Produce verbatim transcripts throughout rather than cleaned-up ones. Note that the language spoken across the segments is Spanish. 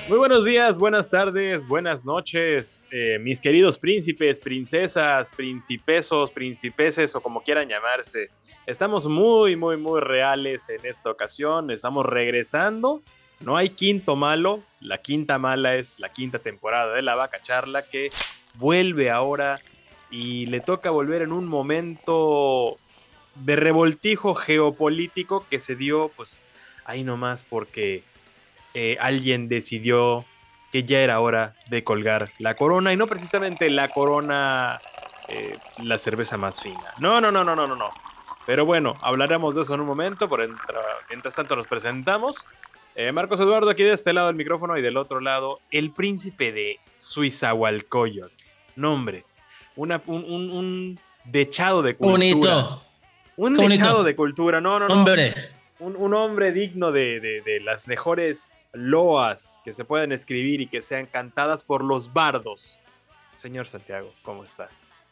Muy buenos días, buenas tardes, buenas noches, eh, mis queridos príncipes, princesas, principesos, principeses o como quieran llamarse. Estamos muy, muy, muy reales en esta ocasión. Estamos regresando. No hay quinto malo. La quinta mala es la quinta temporada de La Vaca Charla, que vuelve ahora y le toca volver en un momento de revoltijo geopolítico que se dio, pues, ahí nomás porque Eh, alguien decidió que ya era hora de colgar la corona, y no precisamente la corona, eh, la cerveza más fina. No, no, no, no, no, no, no. Pero bueno, hablaremos de eso en un momento. Por entra, mientras tanto nos presentamos. Eh, Marcos Eduardo aquí de este lado del micrófono y del otro lado el príncipe de Suizahualcoyot. Nombre, una, un, un, un dechado de cultura. Bonito. Un Qué dechado bonito. de cultura, no, no, no. Hombre. Un, un hombre digno de, de, de las mejores loas que se puedan escribir y que sean cantadas por los bardos. Señor Santiago, ¿cómo está?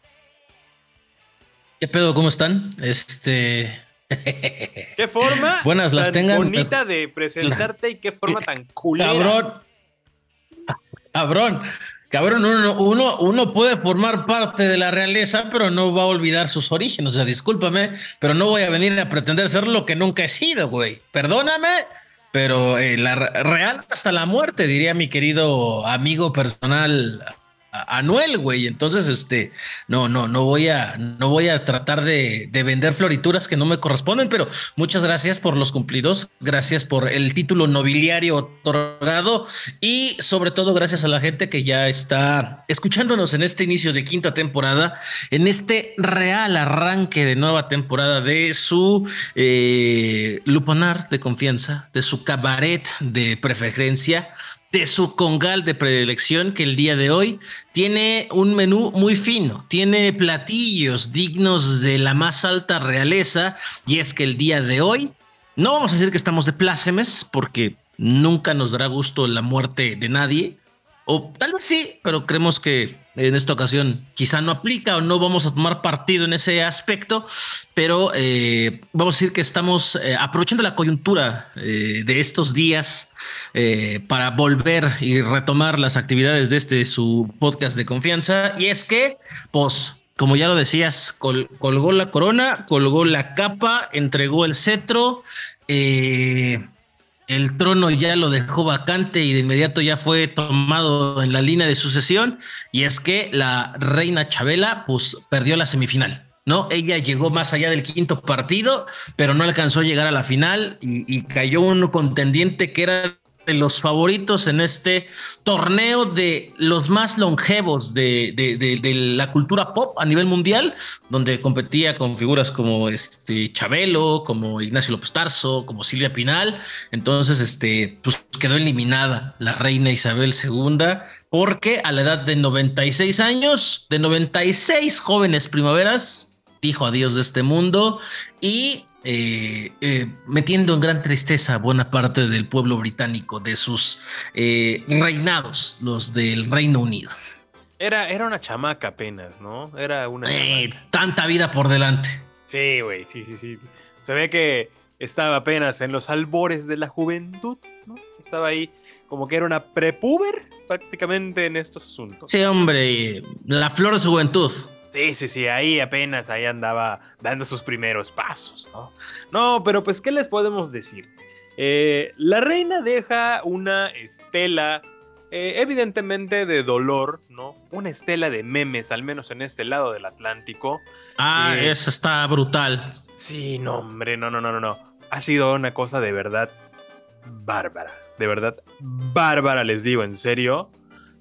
¿Qué pedo? ¿Cómo están? Este. ¿Qué forma Buenas las tan tengan. bonita de presentarte y qué forma tan culera? Cabrón. Cabrón. Cabrón, uno, uno, uno puede formar parte de la realeza, pero no va a olvidar sus orígenes. O sea, discúlpame, pero no voy a venir a pretender ser lo que nunca he sido, güey. Perdóname, pero eh, la real hasta la muerte, diría mi querido amigo personal Anuel, güey. Entonces, este, no, no, no voy a, no voy a tratar de, de vender florituras que no me corresponden, pero muchas gracias por los cumplidos, gracias por el título nobiliario otorgado y sobre todo gracias a la gente que ya está escuchándonos en este inicio de quinta temporada, en este real arranque de nueva temporada de su eh, lupanar de confianza, de su cabaret de preferencia, de su congal de predilección, que el día de hoy tiene un menú muy fino, tiene platillos dignos de la más alta realeza, y es que el día de hoy no vamos a decir que estamos de plácemes, porque nunca nos dará gusto la muerte de nadie, o tal vez sí, pero creemos que en esta ocasión quizá no aplica o no vamos a tomar partido en ese aspecto, pero eh, vamos a decir que estamos eh, aprovechando la coyuntura eh, de estos días eh, para volver y retomar las actividades de este su podcast de confianza. Y es que, pues, como ya lo decías, col colgó la corona, colgó la capa, entregó el cetro, eh, el trono ya lo dejó vacante y de inmediato ya fue tomado en la línea de sucesión, y es que la reina Chabela pues perdió la semifinal, ¿no? Ella llegó más allá del quinto partido, pero no alcanzó a llegar a la final y, y cayó un contendiente que era de los favoritos en este torneo de los más longevos de, de, de, de la cultura pop a nivel mundial, donde competía con figuras como este Chabelo, como Ignacio López Tarso, como Silvia Pinal. Entonces, este, pues quedó eliminada la reina Isabel segunda, porque a la edad de noventa y seis años, de noventa y seis jóvenes primaveras, dijo adiós de este mundo y eh, eh, metiendo en gran tristeza a buena parte del pueblo británico de sus eh, reinados, los del Reino Unido. Era, era una chamaca apenas, ¿no? Era una Eh, chamaca. tanta vida por delante. Sí, güey, sí, sí, sí. Se ve que estaba apenas en los albores de la juventud, ¿no? Estaba ahí como que era una prepuber prácticamente en estos asuntos. Sí, hombre, la flor de su juventud. Sí, sí, sí, ahí apenas ahí andaba dando sus primeros pasos, ¿no? No, pero pues, ¿qué les podemos decir? Eh, la reina deja una estela, eh, evidentemente de dolor, ¿no? Una estela de memes, al menos en este lado del Atlántico. Ah, Eh, eso está brutal. sí, no, hombre, no, no, no, no, no. Ha sido una cosa de verdad bárbara, de verdad bárbara, les digo, en serio,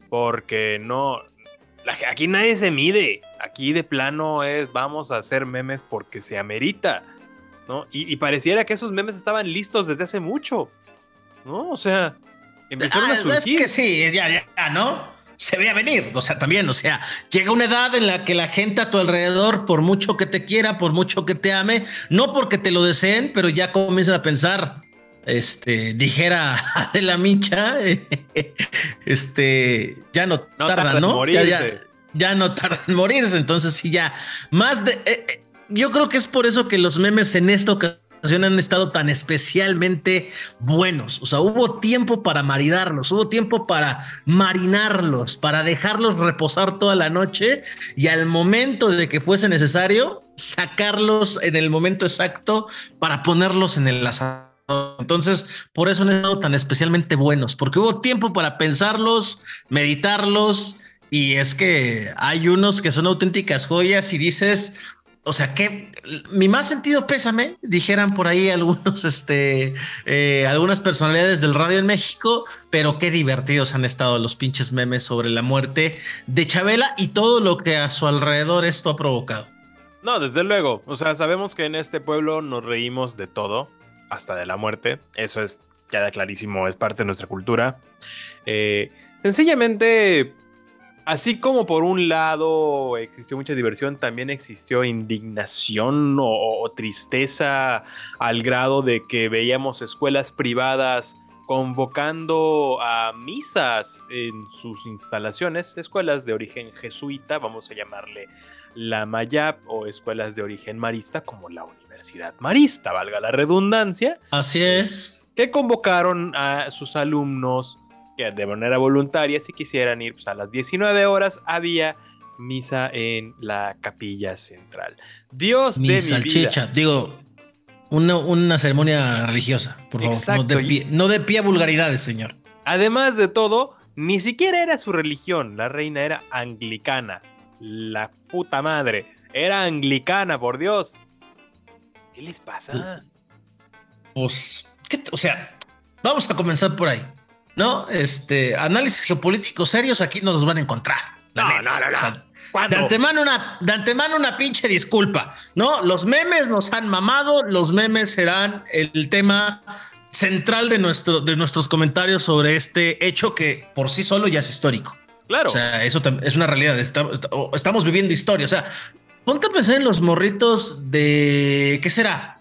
porque no... La, aquí nadie se mide. Aquí de plano es vamos a hacer memes porque se amerita, ¿no? Y, y pareciera que esos memes estaban listos desde hace mucho, ¿no? O sea, empezaron Ah, a surgir. es que sí, ya, ya, ¿no? Se ve a venir, o sea, también, o sea, llega una edad en la que la gente a tu alrededor, por mucho que te quiera, por mucho que te ame, no porque te lo deseen, pero ya comienzan a pensar, este, dijera de la Micha, este, ya no, No tarda, tarda en ¿no? Ya, ya, morirse. ya no tarda en morirse, entonces sí, ya, más de, eh, eh, yo creo que es por eso que los memes en esta ocasión han estado tan especialmente buenos. O sea, hubo tiempo para maridarlos, hubo tiempo para marinarlos, para dejarlos reposar toda la noche y al momento de que fuese necesario, sacarlos en el momento exacto para ponerlos en el asador. Entonces, por eso han estado tan especialmente buenos, porque hubo tiempo para pensarlos, meditarlos, y es que hay unos que son auténticas joyas y dices, o sea, que mi más sentido pésame, dijeran por ahí algunos, este, eh, algunas personalidades del radio en México, pero qué divertidos han estado los pinches memes sobre la muerte de Chabela y todo lo que a su alrededor esto ha provocado. No, desde luego. O sea, sabemos que en este pueblo nos reímos de todo, hasta de la muerte. Eso es, queda clarísimo, es parte de nuestra cultura. Eh, sencillamente, así como por un lado existió mucha diversión, también existió indignación o, o tristeza al grado de que veíamos escuelas privadas convocando a misas en sus instalaciones, escuelas de origen jesuita, vamos a llamarle la Mayap, o escuelas de origen marista como la Universidad Marista, valga la redundancia. Así es. Que convocaron a sus alumnos que de manera voluntaria, si quisieran ir, pues a las diecinueve horas había misa en la capilla central. Dios mi de mi salchicha, vida. digo, una, una ceremonia religiosa, por favor. Exacto. No de pie, no de pie a vulgaridades, señor. Además de todo, ni siquiera era su religión. La reina era anglicana. La puta madre. Era anglicana, por Dios. ¿Qué les pasa? Pues, ¿qué te, o sea, vamos a comenzar por ahí, ¿no? Este, análisis geopolíticos serios aquí no los van a encontrar. No, no, no, no. O sea, ¿cuándo? De antemano, una, de antemano una pinche disculpa, ¿no? Los memes nos han mamado, los memes serán el tema central de, nuestro, de nuestros comentarios sobre este hecho que por sí solo ya es histórico. Claro. O sea, eso es una realidad, estamos, estamos viviendo historia, o sea, ponte a pensar en los morritos de, ¿qué será?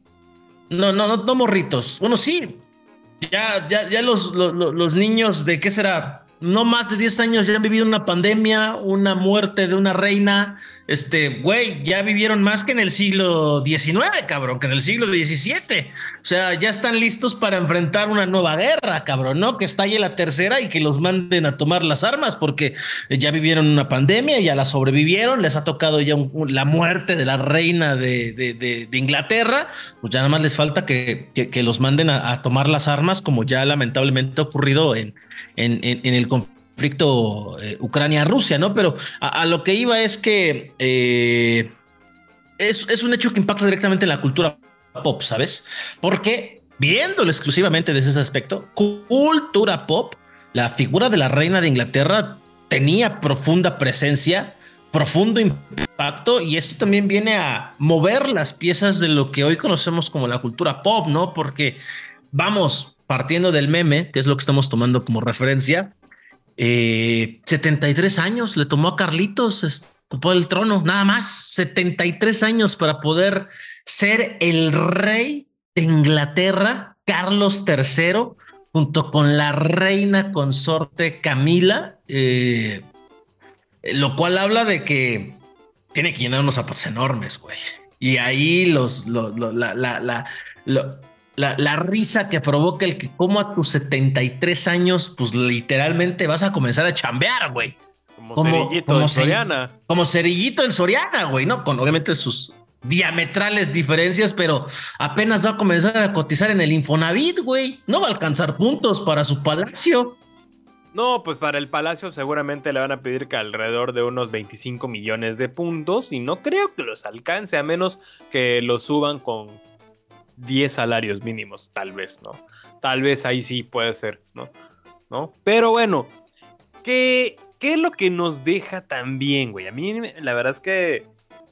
No, no, no, no morritos, bueno, sí, ya, ya, ya los, los, los niños de, ¿qué será? No más de diez años ya han vivido una pandemia, una muerte de una reina. Este, güey, ya vivieron más que en el siglo diecinueve, cabrón, que en el siglo diecisiete. O sea, ya están listos para enfrentar una nueva guerra, cabrón, ¿no? Que estalle la tercera y que los manden a tomar las armas, porque ya vivieron una pandemia, ya la sobrevivieron, les ha tocado ya un, un, la muerte de la reina de, de, de, de Inglaterra. Pues ya nada más les falta que, que, que los manden a, a tomar las armas, como ya lamentablemente ha ocurrido en En, en, en el conflicto eh, Ucrania-Rusia, ¿no? Pero a, a lo que iba es que eh, es, es un hecho que impacta directamente en la cultura pop, ¿sabes? Porque viéndolo exclusivamente desde ese aspecto, cultura pop, la figura de la reina de Inglaterra tenía profunda presencia, profundo impacto, y esto también viene a mover las piezas de lo que hoy conocemos como la cultura pop, ¿no? Porque vamos, partiendo del meme, que es lo que estamos tomando como referencia, eh, setenta y tres años le tomó a Carlitos ocupar el trono, nada más, setenta y tres años para poder ser el rey de Inglaterra, Carlos tercero, junto con la reina consorte Camila, eh, lo cual habla de que tiene que llenar unos zapatos enormes, güey. Y ahí los, los, los la, la, la, la La, la risa que provoca el que como a tus setenta y tres años, pues literalmente vas a comenzar a chambear, güey. Como, como Cerillito como en Soriana. Como Cerillito en Soriana, güey, ¿no? Con obviamente sus diametrales diferencias, pero apenas va a comenzar a cotizar en el Infonavit, güey. No va a alcanzar puntos para su palacio. No, pues para el palacio seguramente le van a pedir que alrededor de unos veinticinco millones de puntos y no creo que los alcance, a menos que los suban con diez salarios mínimos, tal vez, ¿no? Tal vez ahí sí puede ser, ¿no? ¿No? Pero bueno, ¿qué, qué es lo que nos deja también, güey? A mí la verdad es que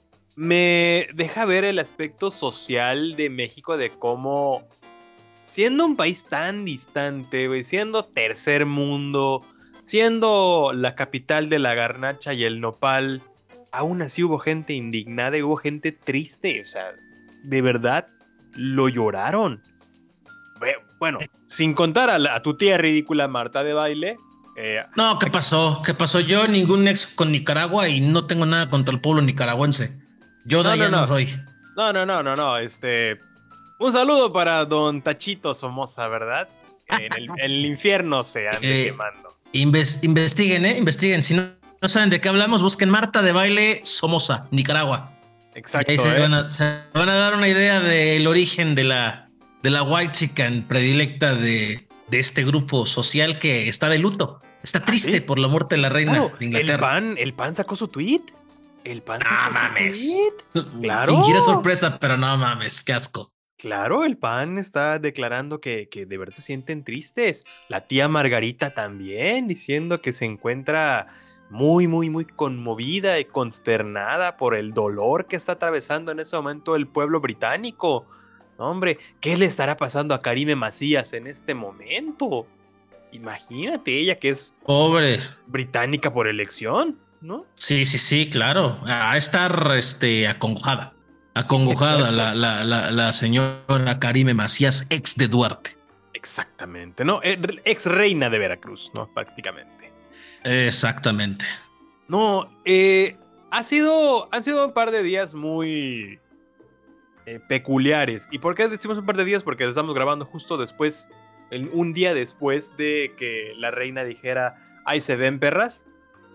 me deja ver el aspecto social de México, de cómo, siendo un país tan distante, güey, siendo tercer mundo, siendo la capital de la garnacha y el nopal, aún así hubo gente indignada y hubo gente triste, o sea, de verdad lo lloraron. Bueno, sin contar a, la, a tu tía ridícula Marta de Baile. Eh, no, ¿qué pasó? ¿Qué pasó? Yo ningún nexo con Nicaragua y no tengo nada contra el pueblo nicaragüense. Yo de no, allá no, no. no soy. No, no, no, no, no. Este, Un saludo para don Tachito Somoza, ¿verdad? En el, en el infierno se ande Eh, quemando. inves- investiguen, ¿eh? Investiguen. Si no, no saben de qué hablamos, busquen Marta de Baile Somoza, Nicaragua. Y ahí Exacto, se ¿eh? van a, se van a dar una idea del origen de la, de la white chican predilecta de, de este grupo social que está de luto. Está ¿Ah, triste sí? por la muerte de la Claro, reina de el Inglaterra. pan, el pan sacó su tweet. El pan No sacó su mames. tweet. Fingiera Claro. sorpresa, pero no mames, qué asco. Claro, el pan está declarando que, que de verdad se sienten tristes. La tía Margarita también, diciendo que se encuentra muy, muy, muy conmovida y consternada por el dolor que está atravesando en ese momento el pueblo británico. No, hombre, ¿qué le estará pasando a Karime Macías en este momento? Imagínate ella que es Pobre. británica por elección, ¿no? Sí, sí, sí, claro. A estar este, acongojada. Acongojada Exacto. la, la, la, la señora Karime Macías, ex de Duarte. Exactamente, ¿no? Eh, Ex reina de Veracruz, ¿no? Prácticamente. Exactamente. No, eh, ha sido, han sido un par de días muy eh, peculiares. ¿Y por qué decimos un par de días? Porque lo estamos grabando justo después, el- un día después de que la reina dijera, ahí se ven perras.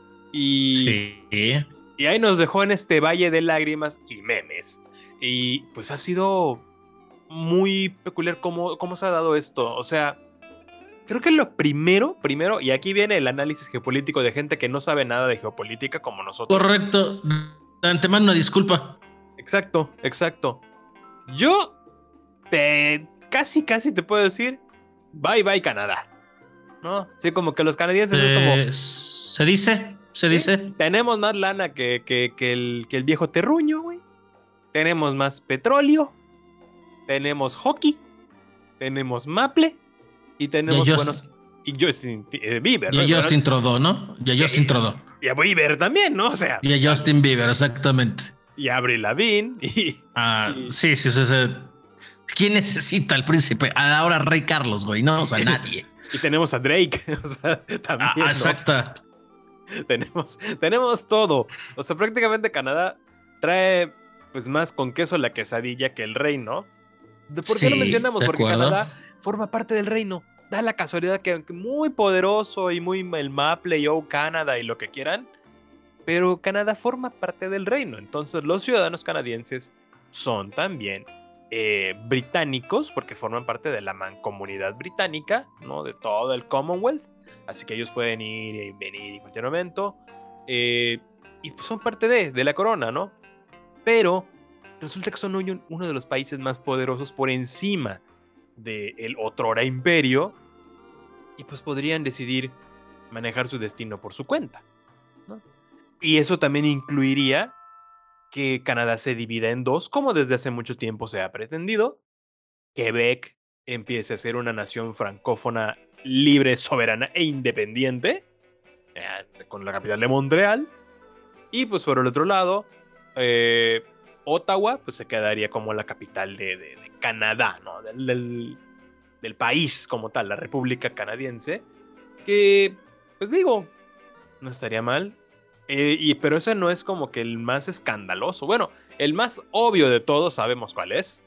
Y, Sí. y ahí nos dejó en este valle de lágrimas y memes. Y pues ha sido muy peculiar cómo, cómo se ha dado esto. O sea, creo que lo primero, primero, y aquí viene el análisis geopolítico de gente que no sabe nada de geopolítica como nosotros. Correcto. De antemano, una disculpa. Exacto, exacto. Yo te casi, casi te puedo decir, bye bye Canadá, ¿no? Sí, como que los canadienses es como, Eh, ¿Se dice? ¿Se sí, dice? tenemos más lana que, que, que el, que el viejo terruño, güey. Tenemos más petróleo, tenemos hockey, tenemos maple y Ya tenemos Justin, buenos... Y Justin eh, Bieber, ya ¿no? Y bueno, Justin Trudeau, ¿no? Ya y, Justin y- Trudeau. y a Bieber también, ¿no? O sea, Ya tam- Justin Bieber, exactamente. y a Avril Lavigne y, Ah, y, sí, sí, sí, sí. ¿Quién necesita al príncipe? Ahora Rey Carlos, güey, no, o sea, nadie. y tenemos a Drake, o sea, Ah, ah, también, ¿no? exacta. tenemos, tenemos todo. O sea, prácticamente Canadá trae pues más con queso la quesadilla que el reino. ¿De ¿Por qué lo Sí, mencionamos? de Porque acuerdo. Canadá forma parte del reino. Da la casualidad que aunque muy poderoso y muy el Maple y Oh Canada y lo que quieran, pero Canadá forma parte del reino. Entonces los ciudadanos canadienses son también eh, británicos porque forman parte de la mancomunidad británica, ¿no? De todo el Commonwealth. Así que ellos pueden ir y venir en cualquier momento. Eh, y pues son parte de, de la corona, ¿no? Pero resulta que son hoy uno de los países más poderosos por encima del otrora imperio. Y pues podrían decidir manejar su destino por su cuenta, ¿no? Y eso también incluiría que Canadá se divida en dos, como desde hace mucho tiempo se ha pretendido. Quebec empiece a ser una nación francófona libre, soberana e independiente, eh, con la capital de Montreal. Y pues por el otro lado, eh, Ottawa pues se quedaría como la capital de, de, de Canadá, ¿no? Del, del, del país como tal, la República Canadiense. Que, pues digo, no estaría mal. Eh, y, pero ese no es como que el más escandaloso. Bueno, el más obvio de todos sabemos cuál es.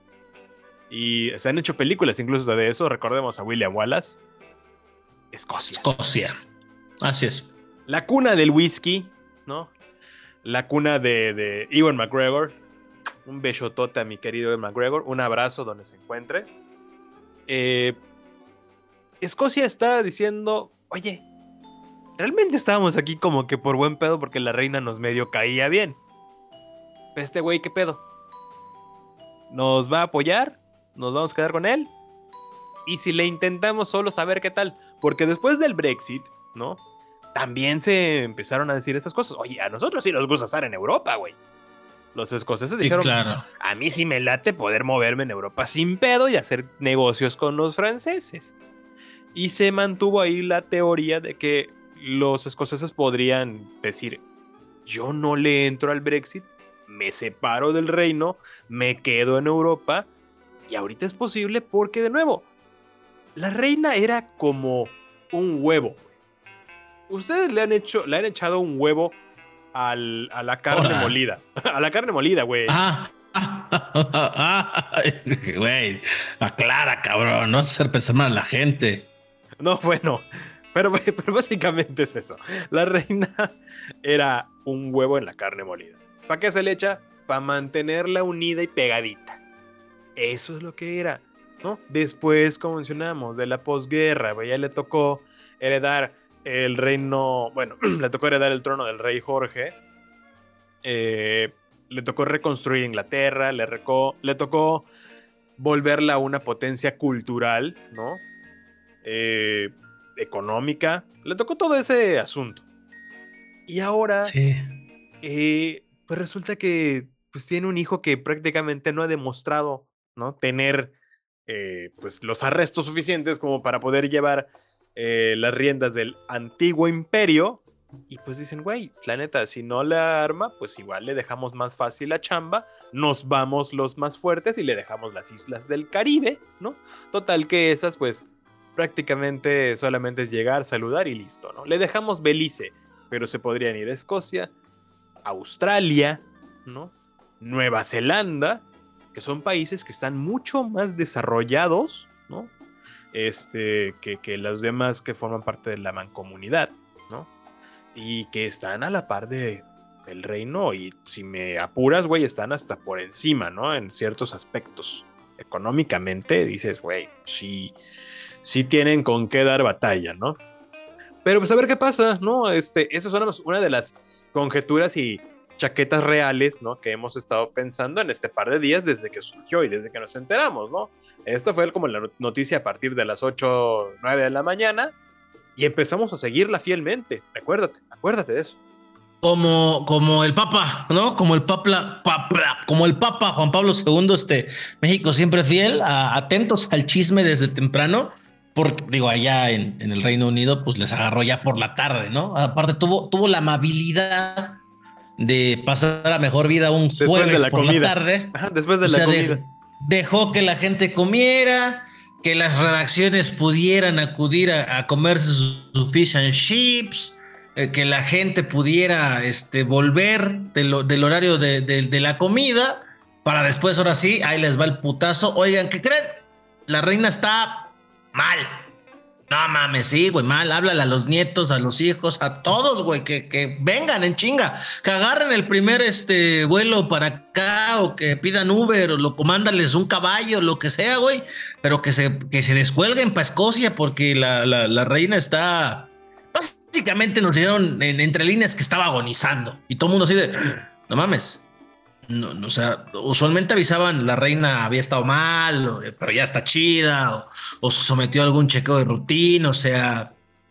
Y se han hecho películas incluso de eso. Recordemos a William Wallace. Escocia. Escocia. Así es. La cuna del whisky, ¿no? La cuna de, de Ewan McGregor. Un besotote a mi querido Ewan McGregor. Un abrazo donde se encuentre. Eh, Escocia está diciendo, oye, realmente estábamos aquí como que por buen pedo porque la reina nos medio caía bien. Este güey, ¿qué pedo? ¿Nos va a apoyar? ¿Nos vamos a quedar con él? Y si le intentamos solo saber qué tal, porque después del Brexit, ¿no? También se empezaron a decir esas cosas. Oye, a nosotros sí nos gusta estar en Europa, güey. Los escoceses Sí, dijeron, claro. a mí sí me late poder moverme en Europa sin pedo y hacer negocios con los franceses. Y se mantuvo ahí la teoría de que los escoceses podrían decir, yo no le entro al Brexit, me separo del reino, me quedo en Europa, y ahorita es posible porque, de nuevo, la reina era como un huevo. Ustedes le han hecho, le han echado un huevo al, a la carne Ahora. molida. A la carne molida, güey. Ajá. Güey, aclara, cabrón, no hacer pensar mal a la gente. No, bueno, pero, pero básicamente es eso. La reina era un huevo en la carne molida. ¿Para qué se le echa? Para mantenerla unida y pegadita. Eso es lo que era, ¿no? Después, como mencionamos, de la posguerra, pues ya le tocó heredar el reino, bueno, le tocó heredar el trono del rey Jorge, eh, le tocó reconstruir Inglaterra, le, recó, le tocó volverla una potencia cultural, ¿no? Eh, económica, le tocó todo ese asunto. Y ahora, sí. eh, pues resulta que pues tiene un hijo que prácticamente no ha demostrado, ¿no? Tener eh, pues los arrestos suficientes como para poder llevar eh, las riendas del antiguo imperio. Y pues dicen, güey, la neta, si no la arma, pues igual le dejamos más fácil la chamba, nos vamos los más fuertes y le dejamos las islas del Caribe, ¿no? Total que esas, pues, prácticamente solamente es llegar, saludar y listo, ¿no? Le dejamos Belice, pero se podrían ir a Escocia, Australia, ¿no? Nueva Zelanda, que son países que están mucho más desarrollados, ¿no? Este, que, que los demás que forman parte de la mancomunidad, ¿no? Y que están a la par de, del reino y si me apuras, güey, están hasta por encima, ¿no? En ciertos aspectos. Económicamente dices, güey, sí, sí tienen con qué dar batalla, ¿no? Pero pues a ver qué pasa, ¿no? Este, eso es una de las conjeturas y chaquetas reales, ¿no? Que hemos estado pensando en este par de días desde que surgió y desde que nos enteramos, ¿no? Esto fue como la noticia a partir de las ocho, nueve de la mañana y empezamos a seguirla fielmente. Acuérdate, acuérdate de eso. Como, como el Papa, ¿no? Como el Papa, papa, como el Papa Juan Pablo segundo, este, México siempre fiel, a, atentos al chisme desde temprano, porque digo, allá en, en el Reino Unido, pues les agarró ya por la tarde, ¿no? Aparte tuvo, tuvo la amabilidad de pasar a mejor vida un después jueves de la por comida. la tarde. Ajá, después de o la sea, comida. De, dejó que la gente comiera, que las redacciones pudieran acudir a, a comerse su, su fish and chips, eh, que la gente pudiera este, volver de lo, del horario de, de, de la comida, para después, ahora sí, ahí les va el putazo. Oigan, ¿qué creen? La reina está mal. No mames, sí, güey, mal. Háblale a los nietos, a los hijos, a todos, güey, que, que vengan en chinga, que agarren el primer este, vuelo para acá o que pidan Uber o lo comándales un caballo, lo que sea, güey, pero que se, que se descuelguen para Escocia porque la, la, la reina está. Básicamente nos dijeron en, entre líneas que estaba agonizando y todo el mundo así de. No mames. No, no, o sea, usualmente avisaban la reina había estado mal, o, pero ya está chida, o, o se sometió a algún chequeo de rutina, o sea,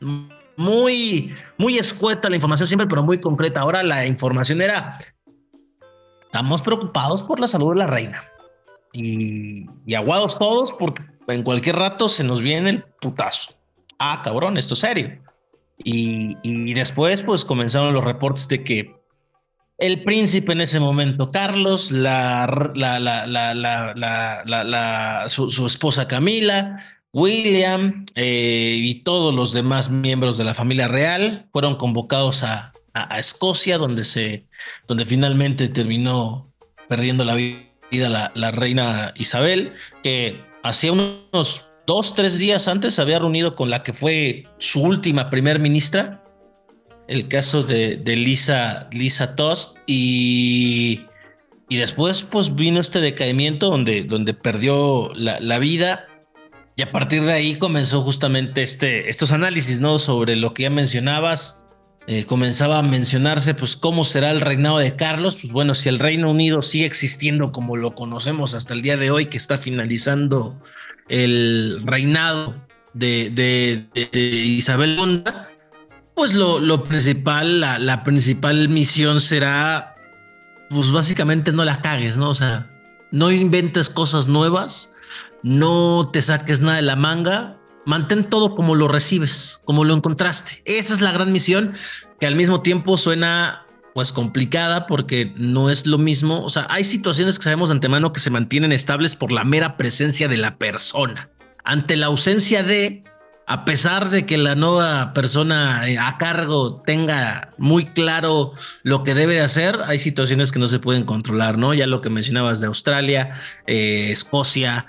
muy, muy escueta la información siempre, pero muy concreta. Ahora la información era, estamos preocupados por la salud de la reina y, y aguados todos porque en cualquier rato se nos viene el putazo. Ah, cabrón, esto es serio. Y, y después pues comenzaron los reportes de que el príncipe en ese momento, Carlos, la, la, la, la, la, la, la, la su, su esposa Camila, William eh, y todos los demás miembros de la familia real fueron convocados a, a, a Escocia, donde, se, donde finalmente terminó perdiendo la vida la, la reina Isabel, que hacía unos dos, tres días antes se había reunido con la que fue su última primer ministra, el caso de, de Lisa, Lisa Tost, y, y después pues vino este decaimiento donde, donde perdió la, la vida, y a partir de ahí comenzó justamente este, estos análisis, ¿no? Sobre lo que ya mencionabas, eh, comenzaba a mencionarse pues cómo será el reinado de Carlos. Pues bueno, si el Reino Unido sigue existiendo como lo conocemos hasta el día de hoy, que está finalizando el reinado de, de, de, de Isabel segunda, pues lo, lo principal, la, la principal misión será, pues básicamente no la cagues, ¿no? O sea, no inventes cosas nuevas, no te saques nada de la manga, mantén todo como lo recibes, como lo encontraste. Esa es la gran misión, que al mismo tiempo suena pues complicada porque no es lo mismo. O sea, hay situaciones que sabemos de antemano que se mantienen estables por la mera presencia de la persona. Ante la ausencia de, a pesar de que la nueva persona eh, a cargo tenga muy claro lo que debe de hacer, hay situaciones que no se pueden controlar, ¿no? Ya lo que mencionabas de Australia, eh, Escocia,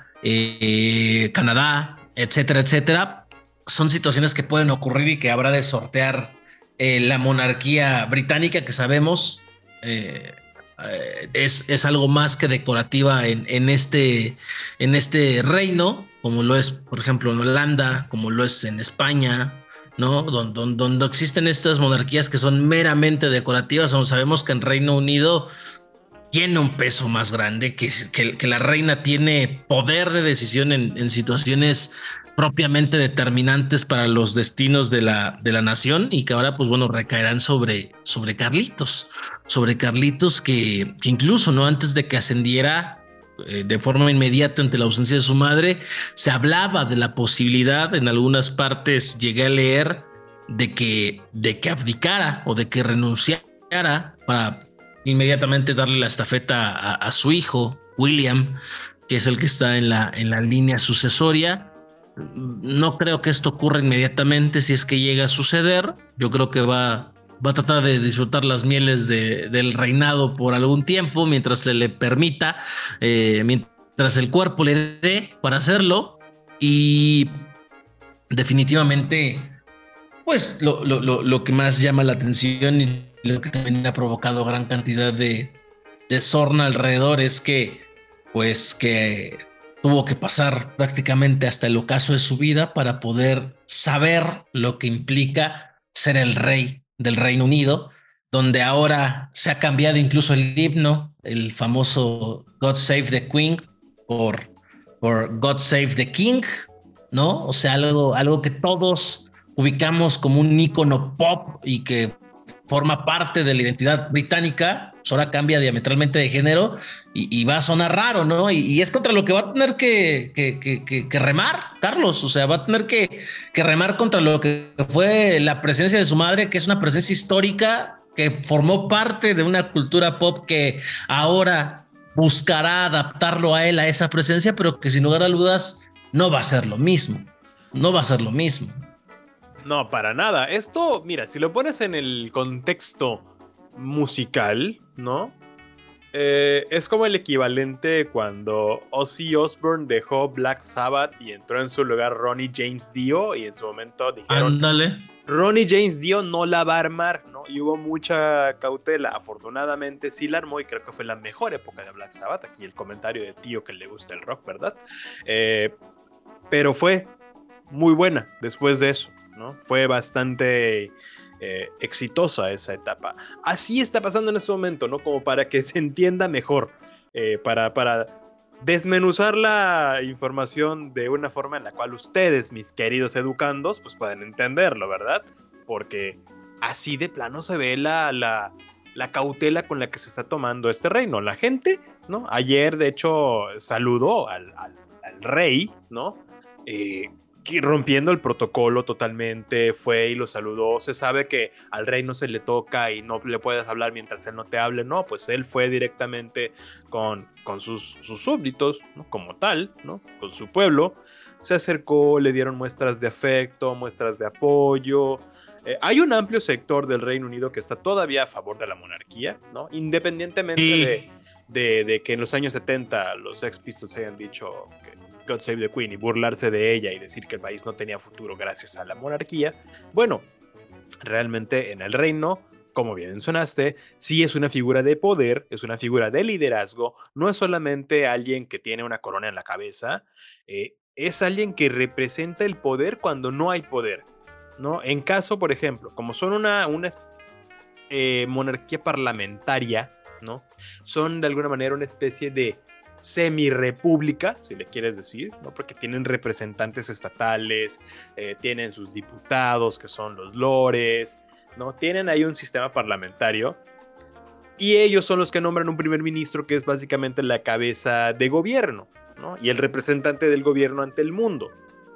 eh, Canadá, etcétera, etcétera, son situaciones que pueden ocurrir y que habrá de sortear eh, la monarquía británica, que sabemos eh, eh, es, es algo más que decorativa en, en, este, en este reino, como lo es, por ejemplo, en Holanda, como lo es en España, ¿no? Donde, donde, donde existen estas monarquías que son meramente decorativas, donde sabemos que en Reino Unido tiene un peso más grande, que, que, que la reina tiene poder de decisión en, en situaciones propiamente determinantes para los destinos de la, de la nación y que ahora, pues bueno, recaerán sobre, sobre Carlitos, sobre Carlitos que, que incluso, ¿no? Antes de que ascendiera eh, de forma inmediata ante la ausencia de su madre, se hablaba de la posibilidad, en algunas partes llegué a leer, de que, de que abdicara o de que renunciara para inmediatamente darle la estafeta a, a su hijo, William, que es el que está en la, en la línea sucesoria. No creo que esto ocurra inmediatamente si es que llega a suceder. Yo creo que va, va a tratar de disfrutar las mieles de, del reinado por algún tiempo, mientras se le permita, eh, mientras el cuerpo le dé para hacerlo. Y definitivamente, pues lo, lo, lo, lo que más llama la atención y lo que también ha provocado gran cantidad de, de sorna alrededor es que, pues, que tuvo que pasar prácticamente hasta el ocaso de su vida para poder saber lo que implica ser el rey del Reino Unido, donde ahora se ha cambiado incluso el himno, el famoso God Save the Queen por, por God Save the King, ¿no? O sea, algo, algo que todos ubicamos como un ícono pop y que forma parte de la identidad británica, pues ahora cambia diametralmente de género y, y va a sonar raro, ¿no? Y, y, es contra lo que va a tener que, que, que, que, que remar, Carlos, o sea, va a tener que, que remar contra lo que fue la presencia de su madre, que es una presencia histórica que formó parte de una cultura pop que ahora buscará adaptarlo a él, a esa presencia, pero que sin lugar a dudas no va a ser lo mismo, no va a ser lo mismo. No, para nada. Esto, mira, si lo pones en el contexto musical, ¿no? Eh, es como el equivalente cuando Ozzy Osbourne dejó Black Sabbath y entró en su lugar Ronnie James Dio y en su momento dijeron, ándale, Ronnie James Dio no la va a armar, ¿no? Y hubo mucha cautela. Afortunadamente sí la armó y creo que fue la mejor época de Black Sabbath. Aquí el comentario de tío que le gusta el rock, ¿verdad? Eh, pero fue muy buena después de eso, ¿no? Fue bastante eh, exitosa esa etapa. Así está pasando en este momento, ¿no? Como para que se entienda mejor, eh, para, para desmenuzar la información de una forma en la cual ustedes, mis queridos educandos, pues pueden entenderlo, ¿verdad? Porque así de plano se ve la, la, la cautela con la que se está tomando este reino. La gente, ¿no? Ayer, de hecho, saludó al, al, al rey, ¿no? Eh, rompiendo el protocolo totalmente, fue y lo saludó. Se sabe que al rey no se le toca y no le puedes hablar mientras él no te hable, no, pues él fue directamente con, con sus, sus súbditos, ¿no? Como tal, ¿no? Con su pueblo, se acercó, le dieron muestras de afecto, muestras de apoyo. Eh, hay un amplio sector del Reino Unido que está todavía a favor de la monarquía, ¿no? Independientemente sí. de, de, de que en los años setenta los Sex Pistols hayan dicho que God Save the Queen y burlarse de ella y decir que el país no tenía futuro gracias a la monarquía. Bueno, realmente en el reino, como bien mencionaste, sí es una figura de poder, es una figura de liderazgo, no es solamente alguien que tiene una corona en la cabeza, eh, es alguien que representa el poder cuando no hay poder, ¿no? En caso, por ejemplo, como son una, una eh, monarquía parlamentaria, ¿no? Son de alguna manera una especie de semi-república, si le quieres decir, ¿no? Porque tienen representantes estatales, eh, tienen sus diputados, que son los lores, ¿no? Tienen ahí un sistema parlamentario y ellos son los que nombran un primer ministro que es básicamente la cabeza de gobierno, ¿no? Y el representante del gobierno ante el mundo.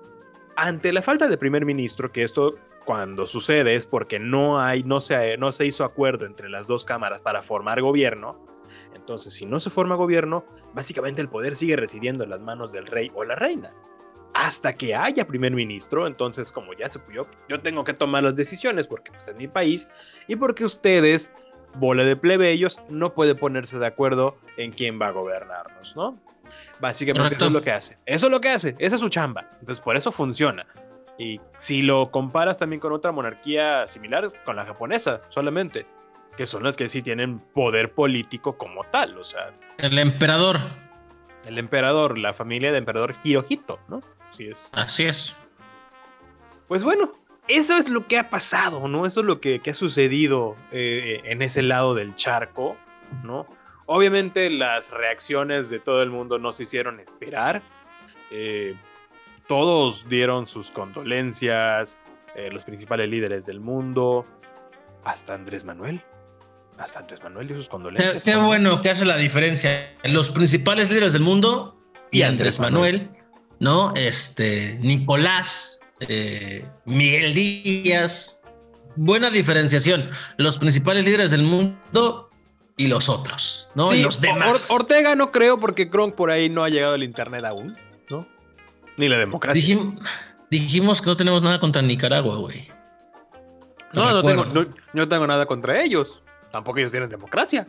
Ante la falta de primer ministro, que esto cuando sucede es porque no, hay, no, se, no se hizo acuerdo entre las dos cámaras para formar gobierno. Entonces, si no se forma gobierno, básicamente el poder sigue residiendo en las manos del rey o la reina. hasta que haya primer ministro. Entonces, como ya se yo, yo tengo que tomar las decisiones porque pues, es mi país y porque ustedes, bola de plebeyos, no puede ponerse de acuerdo en quién va a gobernarnos, ¿no? Básicamente Correcto. Eso es lo que hace. Eso es lo que hace. Esa es su chamba. Entonces, por eso funciona. Y si lo comparas también con otra monarquía similar, con la japonesa, solamente, que son las que sí tienen poder político como tal, o sea... El emperador. El emperador, la familia del emperador Hirohito, ¿no? Así es. Así es. Pues bueno, eso es lo que ha pasado, ¿no? Eso es lo que, que ha sucedido eh, en ese lado del charco, ¿no? Obviamente las reacciones de todo el mundo no se hicieron esperar. Eh, todos dieron sus condolencias, eh, los principales líderes del mundo, hasta Andrés Manuel. Hasta Andrés Manuel dio sus condolencias. Qué, qué bueno que hace la diferencia. Los principales líderes del mundo y, y Andrés, Andrés Manuel, Manuel, ¿no? Este, Nicolás, eh, Miguel Díaz. Buena diferenciación. Los principales líderes del mundo y los otros, ¿no? Sí, y los demás. Or Ortega no creo porque Kronk por ahí no ha llegado al internet aún, ¿no? Ni la democracia. Dijim dijimos que no tenemos nada contra Nicaragua, güey. No, no tengo, no, no tengo nada contra ellos. Tampoco ellos tienen democracia.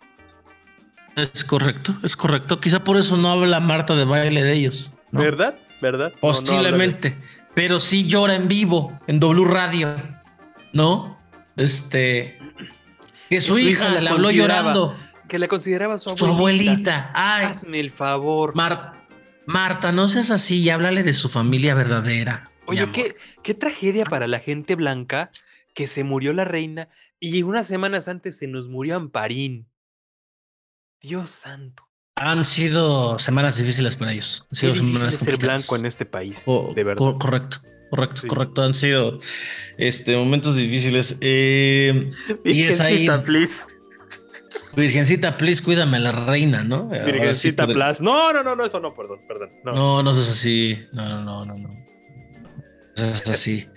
Es correcto, es correcto. Quizá por eso no habla Marta de baile de ellos, ¿no? ¿Verdad? ¿Verdad? Posiblemente. No, no pero sí llora en vivo, en W Radio, ¿no? Este... Que su, su hija, hija le habló llorando. Que le consideraba su abuelita. Su abuelita. Ay, hazme el favor. Mar Marta, no seas así y háblale de su familia verdadera. Oye, qué, qué tragedia para la gente blanca que se murió la reina y unas semanas antes se nos murió Amparín. Dios santo. Han sido semanas difíciles para ellos. Han sido qué semanas difícil ser blanco en este país, o, de verdad. Co correcto, correcto, sí. correcto. Han sido este, momentos difíciles. Eh, y es ahí... please. Virgencita, please, cuídame a la reina, ¿no? Virgencita, sí, please. No, no, no, no, eso no, perdón, perdón. No, no, no es así. No, no, no, no, no. No es así.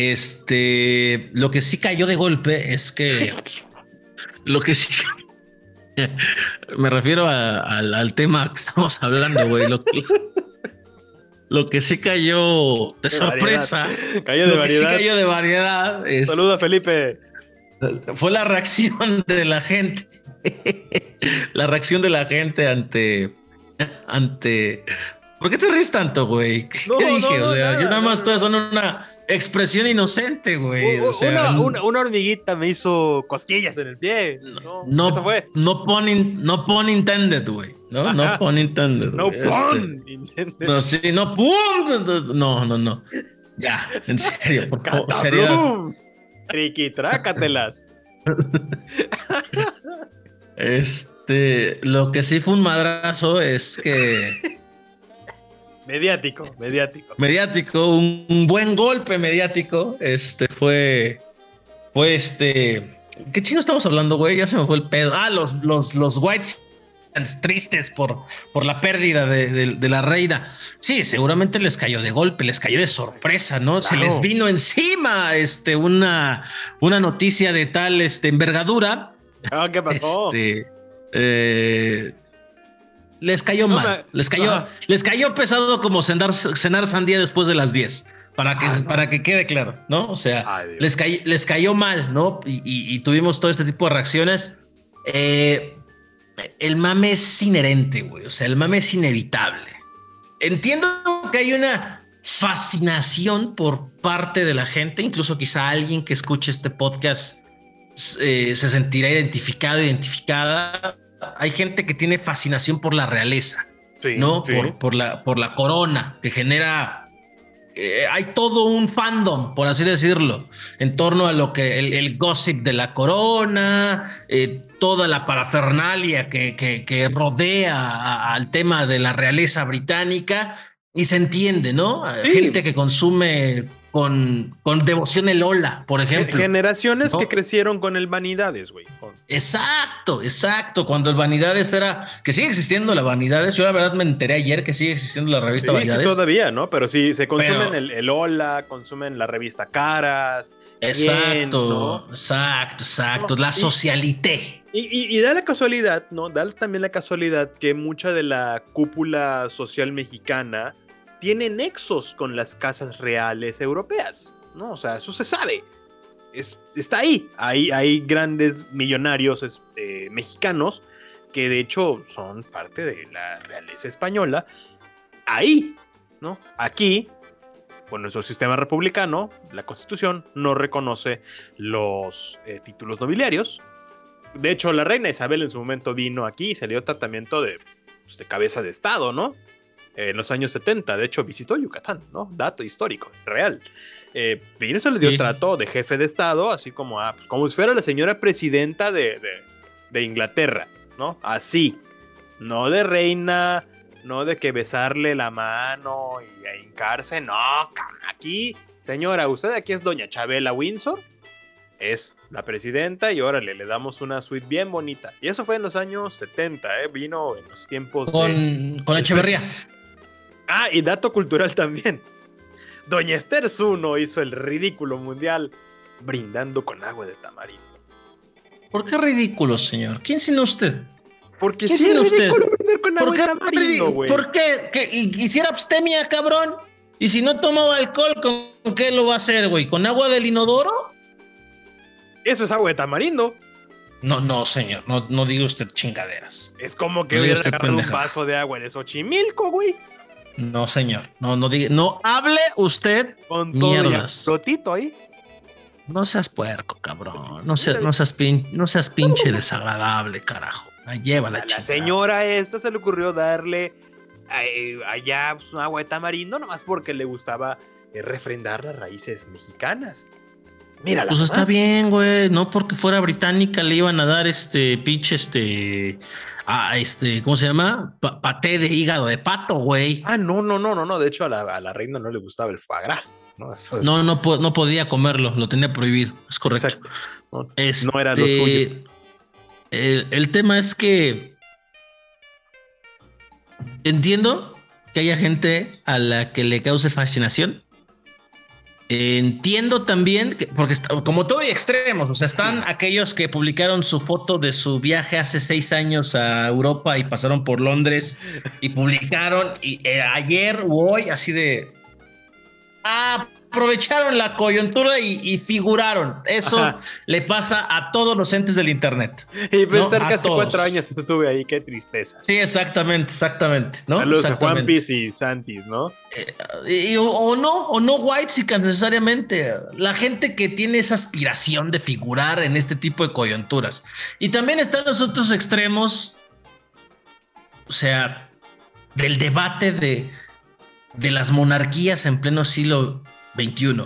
Este, lo que sí cayó de golpe es que lo que sí me refiero a, a, al tema que estamos hablando, güey. Lo que, lo que sí cayó de, de sorpresa, cayó de lo variedad. que sí cayó de variedad. Es, saluda, Felipe. Fue la reacción de la gente. La reacción de la gente ante. ante. ¿Por qué te ríes tanto, güey? ¿Qué no, dije? No, no, o sea, nada, yo nada más estoy son una expresión inocente, güey. O sea, una, una, una hormiguita me hizo cosquillas en el pie. No, no, eso fue. No pon, in, no pon intended, güey. No, no pon intended. No pon este, intended. No, sí, no pum. No, no, no. Ya, en serio, por favor. Seriedad. Triqui, trácatelas. Este, lo que sí fue un madrazo es que mediático, mediático. Mediático, un, un buen golpe mediático. Este fue, fue este. ¿Qué chino estamos hablando, güey? Ya se me fue el pedo. Ah, los, los, los whites tristes por, por la pérdida de, de, de la reina. Sí, seguramente les cayó de golpe, les cayó de sorpresa, ¿no? Claro. Se les vino encima este, una, una noticia de tal este, envergadura. Ah, ¿qué pasó? Este, eh, les cayó no, mal, me... les cayó, ah. les cayó pesado como cenar, cenar sandía después de las diez. Para que, ah, no. para que quede claro, ¿no? O sea, Ay, les, cay, les cayó mal, ¿no? Y, y, y tuvimos todo este tipo de reacciones. Eh, el mame es inherente, güey. O sea, el mame es inevitable. Entiendo que hay una fascinación por parte de la gente, incluso quizá alguien que escuche este podcast eh, se sentirá identificado, identificada. Hay gente que tiene fascinación por la realeza, sí, ¿no? Sí. Por, por, la, por la corona, que genera... Eh, hay todo un fandom, por así decirlo, en torno a lo que el, el gossip de la corona, eh, toda la parafernalia que, que, que rodea a, al tema de la realeza británica, y se entiende, ¿no? Sí. Gente que consume con, con devoción el Ola, por ejemplo. Generaciones, ¿no?, que crecieron con el Vanidades, güey. Exacto, exacto. Cuando el Vanidades era... Que sigue existiendo la Vanidades. Yo la verdad me enteré ayer que sigue existiendo la revista sí, Vanidades. Sí, todavía, ¿no? Pero sí, se consumen Pero... el, el Ola, consumen la revista Caras. Exacto, bien, ¿no? exacto, exacto. No, la socialité. Y, y, y da la casualidad, ¿no? Da también la casualidad que mucha de la cúpula social mexicana tiene nexos con las casas reales europeas, ¿no? O sea, eso se sabe. Es, está ahí. Hay, hay grandes millonarios eh, mexicanos que de hecho son parte de la realeza española. Ahí, ¿no? Aquí, con nuestro sistema republicano, la Constitución no reconoce los eh, títulos nobiliarios. De hecho, la reina Isabel en su momento vino aquí y se le dio tratamiento de, pues, de cabeza de estado, ¿no? Eh, en los años setenta, de hecho, visitó Yucatán, ¿no? Dato histórico, real. Eh, vino y se le dio sí. trato de jefe de estado, así como, a, pues, como si fuera la señora presidenta de, de, de Inglaterra, ¿no? Así. No de reina, no de que besarle la mano y hincarse, no, aquí, señora, usted aquí es doña Chabela Windsor, es la presidenta y órale, le damos una suite bien bonita. Y eso fue en los años setenta, ¿eh? Vino en los tiempos con, de... Con Echeverría. Ah, y dato cultural también. Doña Esther Zuno hizo el ridículo mundial brindando con agua de tamarindo. ¿Por qué ridículo, señor? ¿Quién enseñó usted? Porque sí es ridículo usted? brindar con agua de tamarindo, güey. ¿Por qué? ¿Que hiciera abstemia, cabrón? Y si no tomaba alcohol, ¿con qué lo va a hacer, güey? ¿Con agua del inodoro? Eso es agua de tamarindo. No, no, señor. No, no diga usted chingaderas. Es como que no hubiera agarrado un vaso de agua de Xochimilco, güey. No, señor. No, no diga. No hable usted con todo mierdas. Flotito ahí. No seas puerco, cabrón. No seas, no seas, pin, no seas pinche desagradable, carajo. Lleva la chingada. A la señora esta se le ocurrió darle eh, allá pues, un agua de tamarindo, nomás porque le gustaba eh, refrendar las raíces mexicanas. Mírala. Pues está bien, güey. No porque fuera británica le iban a dar este pinche este. Ah, este, ¿cómo se llama? Pa paté de hígado de pato, güey. Ah, no, no, no, no, no. De hecho, a la, a la reina no le gustaba el foie gras. No, eso es... no, no, no podía comerlo, lo tenía prohibido. Es correcto. Exacto. No, este, no era lo suyo. El, el tema es que entiendo que haya gente a la que le cause fascinación. Entiendo también, que, porque como todo hay extremos, o sea, están sí. aquellos que publicaron su foto de su viaje hace seis años a Europa y pasaron por Londres y publicaron y, eh, ayer o hoy así de... Ah, aprovecharon la coyuntura y, y figuraron. Eso Ajá. le pasa a todos los entes del internet. Y pensar ¿no? que hace todos. cuatro años estuve ahí, qué tristeza. Sí, exactamente, exactamente. ¿no? Saludos exactamente. a Juan Piz y Santis, ¿no? Eh, y, o, o no, o no whitexicans necesariamente. La gente que tiene esa aspiración de figurar en este tipo de coyunturas. Y también están los otros extremos, o sea, del debate de, de las monarquías en pleno siglo veintiuno.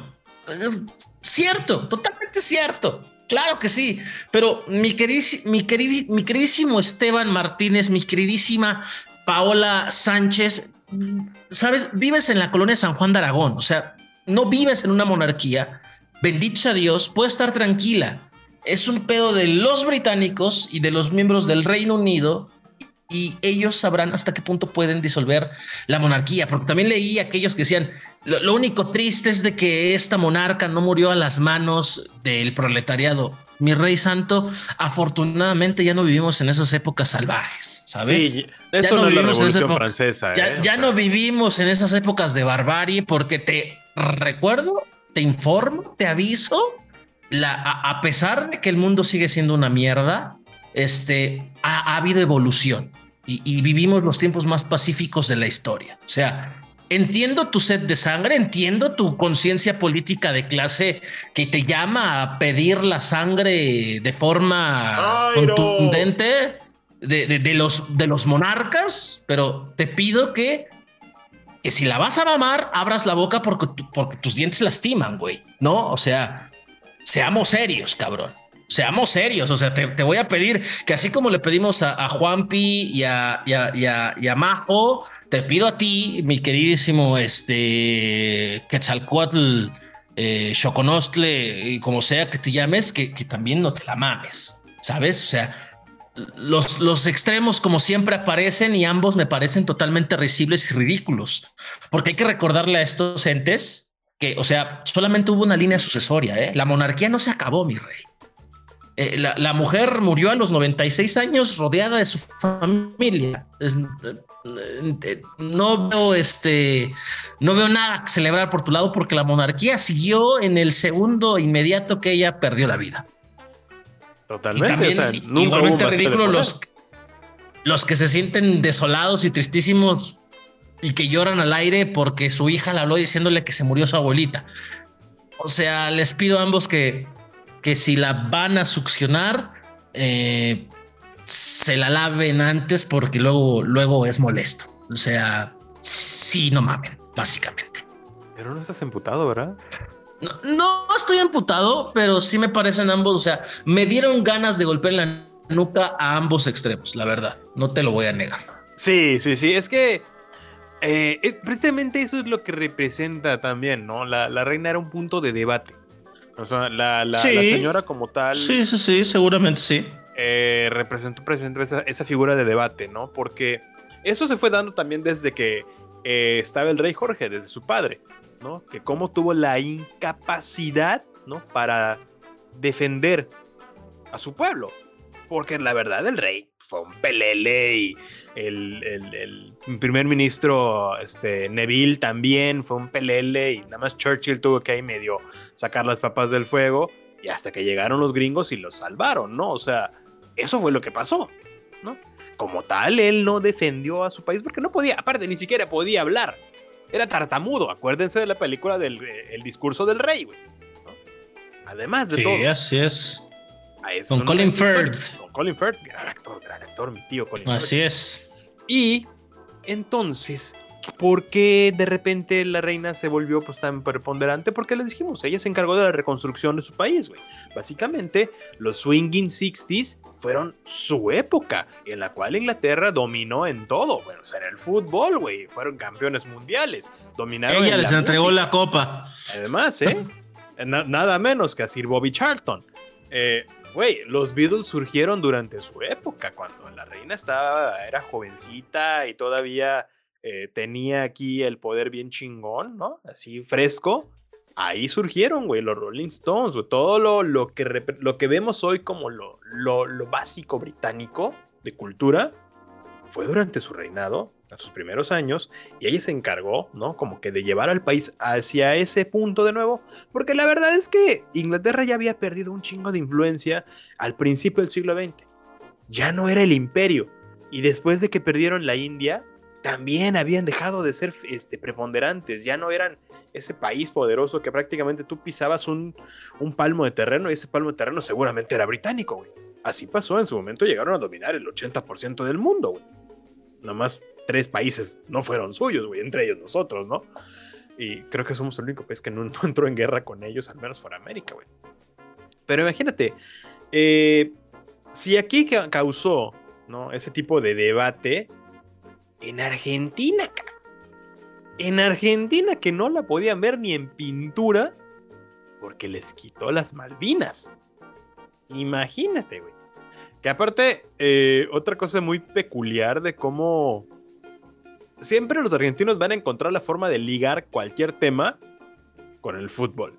Cierto, totalmente cierto. Claro que sí, pero mi, queridís, mi, querid, mi queridísimo Esteban Martínez, mi queridísima Paola Sánchez, sabes, vives en la colonia San Juan de Aragón, o sea, no vives en una monarquía, bendito sea Dios, puedes estar tranquila. Es un pedo de los británicos y de los miembros del Reino Unido y ellos sabrán hasta qué punto pueden disolver la monarquía, porque también leí aquellos que decían lo, lo único triste es de que esta monarca no murió a las manos del proletariado. Mi rey santo, afortunadamente ya no vivimos en esas épocas salvajes, ¿sabes? Sí, eso ya no, no es la Revolución época, Francesa. Ya, eh, ya o sea. no vivimos en esas épocas de barbarie, porque te recuerdo, te informo, te aviso, la, a, a pesar de que el mundo sigue siendo una mierda, Este, ha, ha habido evolución y, y vivimos los tiempos más pacíficos de la historia. O sea, entiendo tu sed de sangre, entiendo tu conciencia política de clase que te llama a pedir la sangre de forma Ay, contundente no. de, de, de, los, de los monarcas, pero te pido que, que si la vas a mamar, abras la boca porque, porque tus dientes lastiman, güey, ¿no? O sea, seamos serios, cabrón. Seamos serios, o sea, te, te voy a pedir que así como le pedimos a, a Juanpi y a, y, a, y, a, y a Majo, te pido a ti, mi queridísimo este, Quetzalcóatl, eh, Xoconostle, y como sea que te llames, que, que también no te la mames, ¿sabes? O sea, los, los extremos como siempre aparecen y ambos me parecen totalmente risibles y ridículos, porque hay que recordarle a estos entes que, o sea, solamente hubo una línea sucesoria, ¿eh? La monarquía no se acabó, mi rey. Eh, la, la mujer murió a los noventa y seis años rodeada de su familia. Es, no veo este, no veo nada que celebrar por tu lado porque la monarquía siguió en el segundo inmediato que ella perdió la vida. Totalmente, Y también, o sea, nunca igualmente hubo un ridículo los, los que se sienten desolados y tristísimos y que lloran al aire porque su hija le habló diciéndole que se murió su abuelita. O sea, les pido a ambos que, que si la van a succionar, eh, se la laven antes porque luego, luego es molesto. O sea, sí, no mamen, básicamente. Pero no estás emputado, ¿verdad? No, no estoy emputado, pero sí me parecen ambos. O sea, me dieron ganas de golpear la nuca a ambos extremos, la verdad. No te lo voy a negar. Sí, sí, sí. Es que eh, es, precisamente eso es lo que representa también, ¿no? La, la reina era un punto de debate. O sea, la, la, Sí, la señora como tal. Sí, sí, sí, seguramente sí. Eh, representó precisamente esa, esa figura de debate, ¿no? Porque eso se fue dando también desde que eh, estaba el rey Jorge, desde su padre, ¿no? Que cómo tuvo la incapacidad, ¿no? Para defender a su pueblo. Porque la verdad el rey fue un pelele y el, el, el primer ministro este, Neville también fue un pelele y nada más Churchill tuvo que ahí medio sacar las papas del fuego y hasta que llegaron los gringos y los salvaron, ¿no? O sea, eso fue lo que pasó, ¿no? Como tal, él no defendió a su país porque no podía, aparte ni siquiera podía hablar. Era tartamudo, acuérdense de la película del el discurso del rey, güey, ¿no? Además de sí, todo. Sí, así es. Es Con Colin Firth. Con Colin Firth, gran actor, gran actor, mi tío Colin Firth. Así es. Y entonces, ¿por qué de repente la reina se volvió pues tan preponderante? Porque les dijimos, ella se encargó de la reconstrucción de su país, güey. Básicamente, los swinging sixties fueron su época, en la cual Inglaterra dominó en todo. Bueno, o sea, en el fútbol, güey, fueron campeones mundiales, dominaron. Ella en les la entregó música. la copa. Además, ¿eh? Na- nada menos que a Sir Bobby Charlton. Eh, Güey, los Beatles surgieron durante su época, cuando la reina estaba, era jovencita y todavía eh, tenía aquí el poder bien chingón, ¿no? Así fresco. Ahí surgieron, güey, los Rolling Stones, güey, todo lo, lo, que, lo que vemos hoy como lo, lo, lo básico británico de cultura fue durante su reinado, en sus primeros años, y ella se encargó, ¿no? Como que de llevar al país hacia ese punto de nuevo, porque la verdad es que Inglaterra ya había perdido un chingo de influencia al principio del siglo veinte. Ya no era el imperio, y después de que perdieron la India, también habían dejado de ser este, preponderantes, ya no eran ese país poderoso que prácticamente tú pisabas un, un palmo de terreno, y ese palmo de terreno seguramente era británico, güey. Así pasó, en su momento llegaron a dominar el ochenta por ciento del mundo, güey. Nada más tres países no fueron suyos, güey, entre ellos nosotros, ¿no? Y creo que somos el único país que no, no entró en guerra con ellos, al menos por América, güey. Pero imagínate, eh, si aquí ca causó, ¿no? Ese tipo de debate, en Argentina, en Argentina que no la podían ver ni en pintura porque les quitó las Malvinas. Imagínate, güey. Que aparte, eh, otra cosa muy peculiar de cómo siempre los argentinos van a encontrar la forma de ligar cualquier tema con el fútbol.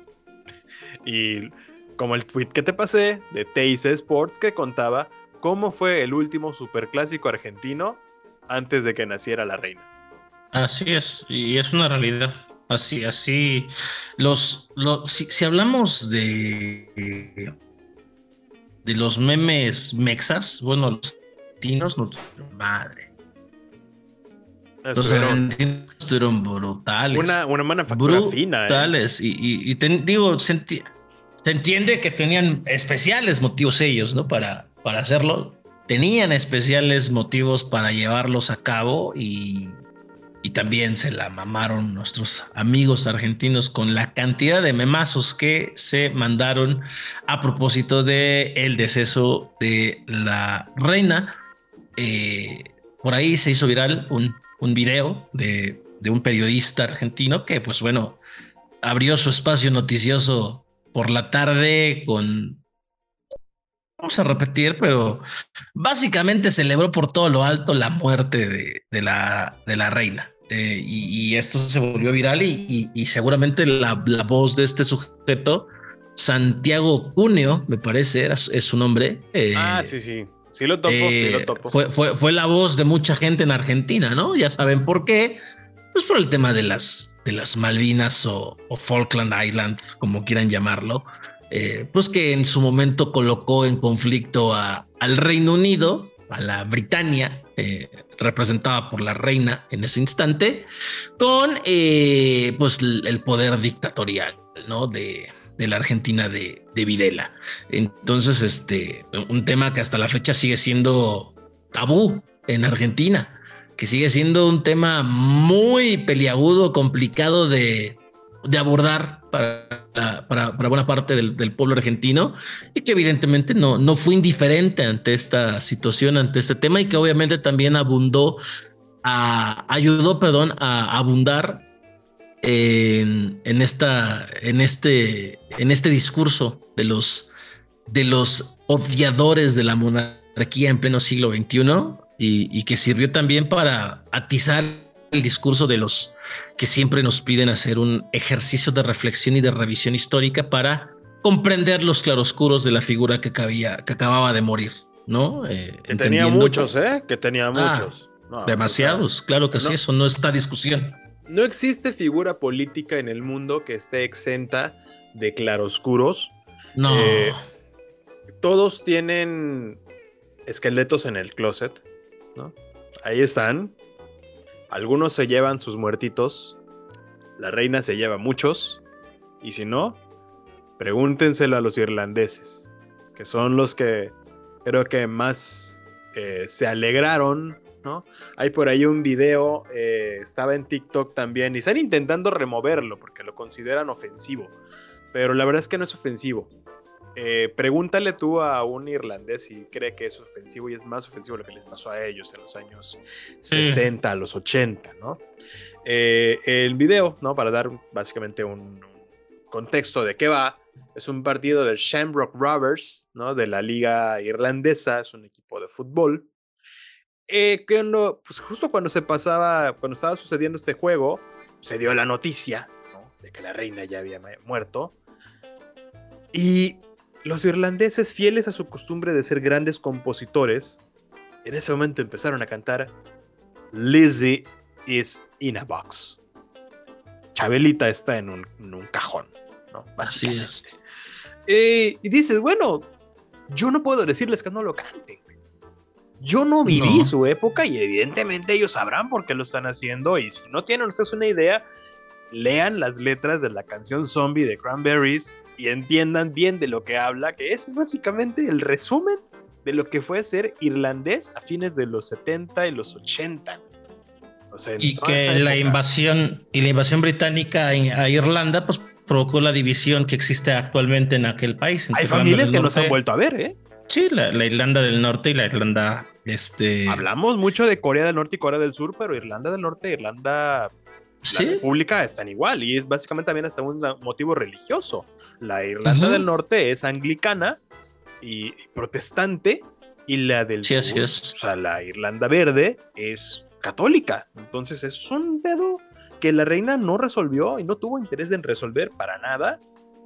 Y como el tweet que te pasé de Teis Sports que contaba cómo fue el último superclásico argentino antes de que naciera la reina. Así es, y es una realidad. Así, así. Los, los si, si hablamos de de los memes mexas, bueno, los argentinos no tuvieron madre. Los Estuvieron argentinos estuvieron brutales. una, una manufactura fina. Brutales. ¿eh? Y, y, y te, digo, se, enti se entiende que tenían especiales motivos ellos, ¿no? Para, para hacerlo. Tenían especiales motivos para llevarlos a cabo y, y también se la mamaron nuestros amigos argentinos con la cantidad de memazos que se mandaron a propósito de el deceso de la reina. Eh, por ahí se hizo viral un, un video de, de un periodista argentino que, pues bueno, abrió su espacio noticioso por la tarde con... Vamos a repetir, pero básicamente celebró por todo lo alto la muerte de, de, la, de la reina. Eh, y, y esto se volvió viral y, y, y seguramente la, la voz de este sujeto, Santiago Cuneo, me parece, era, es su nombre. Eh, ah, sí, sí. Sí lo topo, sí lo Eh, topo. fue, fue, fue la voz de mucha gente en Argentina, ¿no? Ya saben por qué. Pues por el tema de las, de las Malvinas o, o Falkland Island, como quieran llamarlo. Eh, pues que en su momento colocó en conflicto a, al Reino Unido, a la Britania, eh, representada por la reina en ese instante, con eh, pues el poder dictatorial, ¿no? De, de la Argentina de, de Videla. Entonces, este, un tema que hasta la fecha sigue siendo tabú en Argentina, que sigue siendo un tema muy peliagudo, complicado de, de abordar para, para, para buena parte del, del pueblo argentino, y que evidentemente no, no fue indiferente ante esta situación, ante este tema, y que obviamente también abundó, a, ayudó, perdón, a abundar en, en, esta, en, este, en este discurso de los, de los odiadores de la monarquía en pleno siglo veintiuno, y, y que sirvió también para atizar el discurso de los que siempre nos piden hacer un ejercicio de reflexión y de revisión histórica para comprender los claroscuros de la figura que, cabía, que acababa de morir, ¿no? Eh, Que tenía entendiendo muchos, que, ¿eh? Que tenía ah, muchos. No, o sea, demasiados, claro que no, sí, eso no está discusión. no existe figura política en el mundo que esté exenta de claroscuros. No. Eh, todos tienen esqueletos en el closet, ¿no? Ahí están. Algunos se llevan sus muertitos. La reina se lleva muchos. Y si no, pregúntenselo a los irlandeses, que son los que creo que más eh, se alegraron, ¿no? Hay por ahí un video, eh, estaba en TikTok también, y están intentando removerlo porque lo consideran ofensivo. Pero la verdad es que no es ofensivo. Eh, pregúntale tú a un irlandés si cree que es ofensivo, y es más ofensivo lo que les pasó a ellos en los años sesenta, a los ochenta, ¿no? Eh, el video, ¿no? Para dar básicamente un contexto de qué va, es un partido del Shamrock Rovers, ¿no? De la liga irlandesa, es un equipo de fútbol. Eh, cuando, pues justo cuando se pasaba, cuando estaba sucediendo este juego, se dio la noticia, ¿no? De que la reina ya había muerto. Y los irlandeses, fieles a su costumbre de ser grandes compositores, en ese momento empezaron a cantar Lizzie is in a box. Chabelita está en un, en un cajón, ¿no? Así es. Eh, y dices, bueno, yo no puedo decirles que no lo canten. Yo no viví No. su época y evidentemente ellos sabrán por qué lo están haciendo. Y si no tienen ustedes una idea, lean las letras de la canción Zombie de Cranberries y entiendan bien de lo que habla, que ese es básicamente el resumen de lo que fue ser irlandés a fines de los setenta y los ochenta. O sea, y que la invasión y la invasión británica a Irlanda pues provocó la división que existe actualmente en aquel país. Hay familias que no se han vuelto a ver, ¿eh? Sí, la, la Irlanda del Norte y la Irlanda este. Hablamos mucho de Corea del Norte y Corea del Sur, pero Irlanda del Norte e Irlanda, ¿Sí? la República, están igual, y es básicamente también hasta un motivo religioso. La Irlanda uh-huh. del Norte es anglicana y protestante, y la del sí, sur, así es. o sea, la Irlanda Verde es católica. Entonces es un pedo que la reina no resolvió y no tuvo interés en resolver para nada,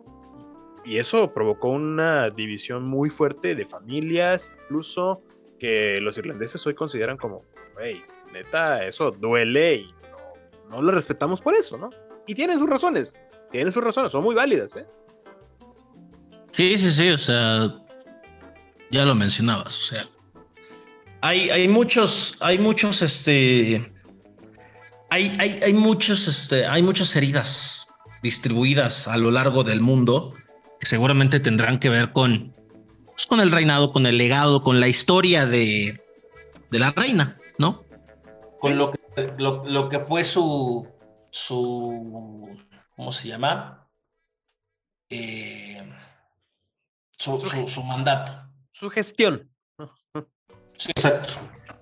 y eso provocó una división muy fuerte de familias, incluso que los irlandeses hoy consideran como, hey, neta, eso duele y no, no lo respetamos por eso, ¿no? Y tienen sus razones, tienen sus razones, son muy válidas, ¿eh? Sí, sí, sí, o sea, ya lo mencionabas, o sea, hay, hay muchos, hay muchos, este, hay, hay, hay muchos, este, hay muchas heridas distribuidas a lo largo del mundo que seguramente tendrán que ver con, pues, con el reinado, con el legado, con la historia de, de la reina, ¿no? Con lo que, lo, lo que fue su, su, ¿cómo se llama? Eh, su, su, su, su mandato. Su gestión. Sí, exacto.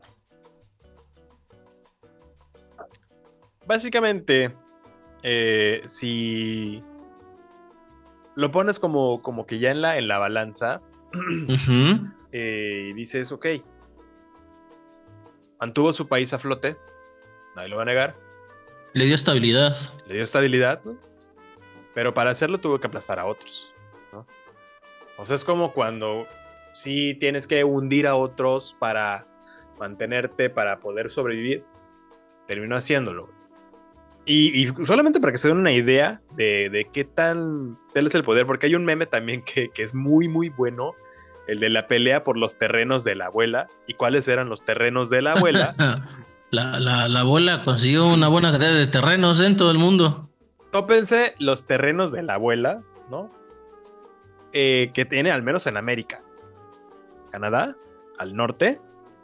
Básicamente, eh, si lo pones como, como que ya en la, en la balanza, uh-huh. eh, y dices, ok, mantuvo su país a flote, nadie lo va a negar. Le dio estabilidad. Le dio estabilidad, ¿no? Pero para hacerlo tuvo que aplastar a otros, ¿no? O sea, es como cuando sí tienes que hundir a otros para mantenerte, para poder sobrevivir, terminó haciéndolo. Y, y solamente para que se den una idea de, de qué tan tal es el poder, porque hay un meme también que, que es muy, muy bueno, el de la pelea por los terrenos de la abuela. ¿Y cuáles eran los terrenos de la abuela? La, la, la abuela consiguió una buena cantidad de terrenos en todo el mundo. Tópense los terrenos de la abuela, ¿no? Eh, que tiene al menos en América. Canadá, al norte.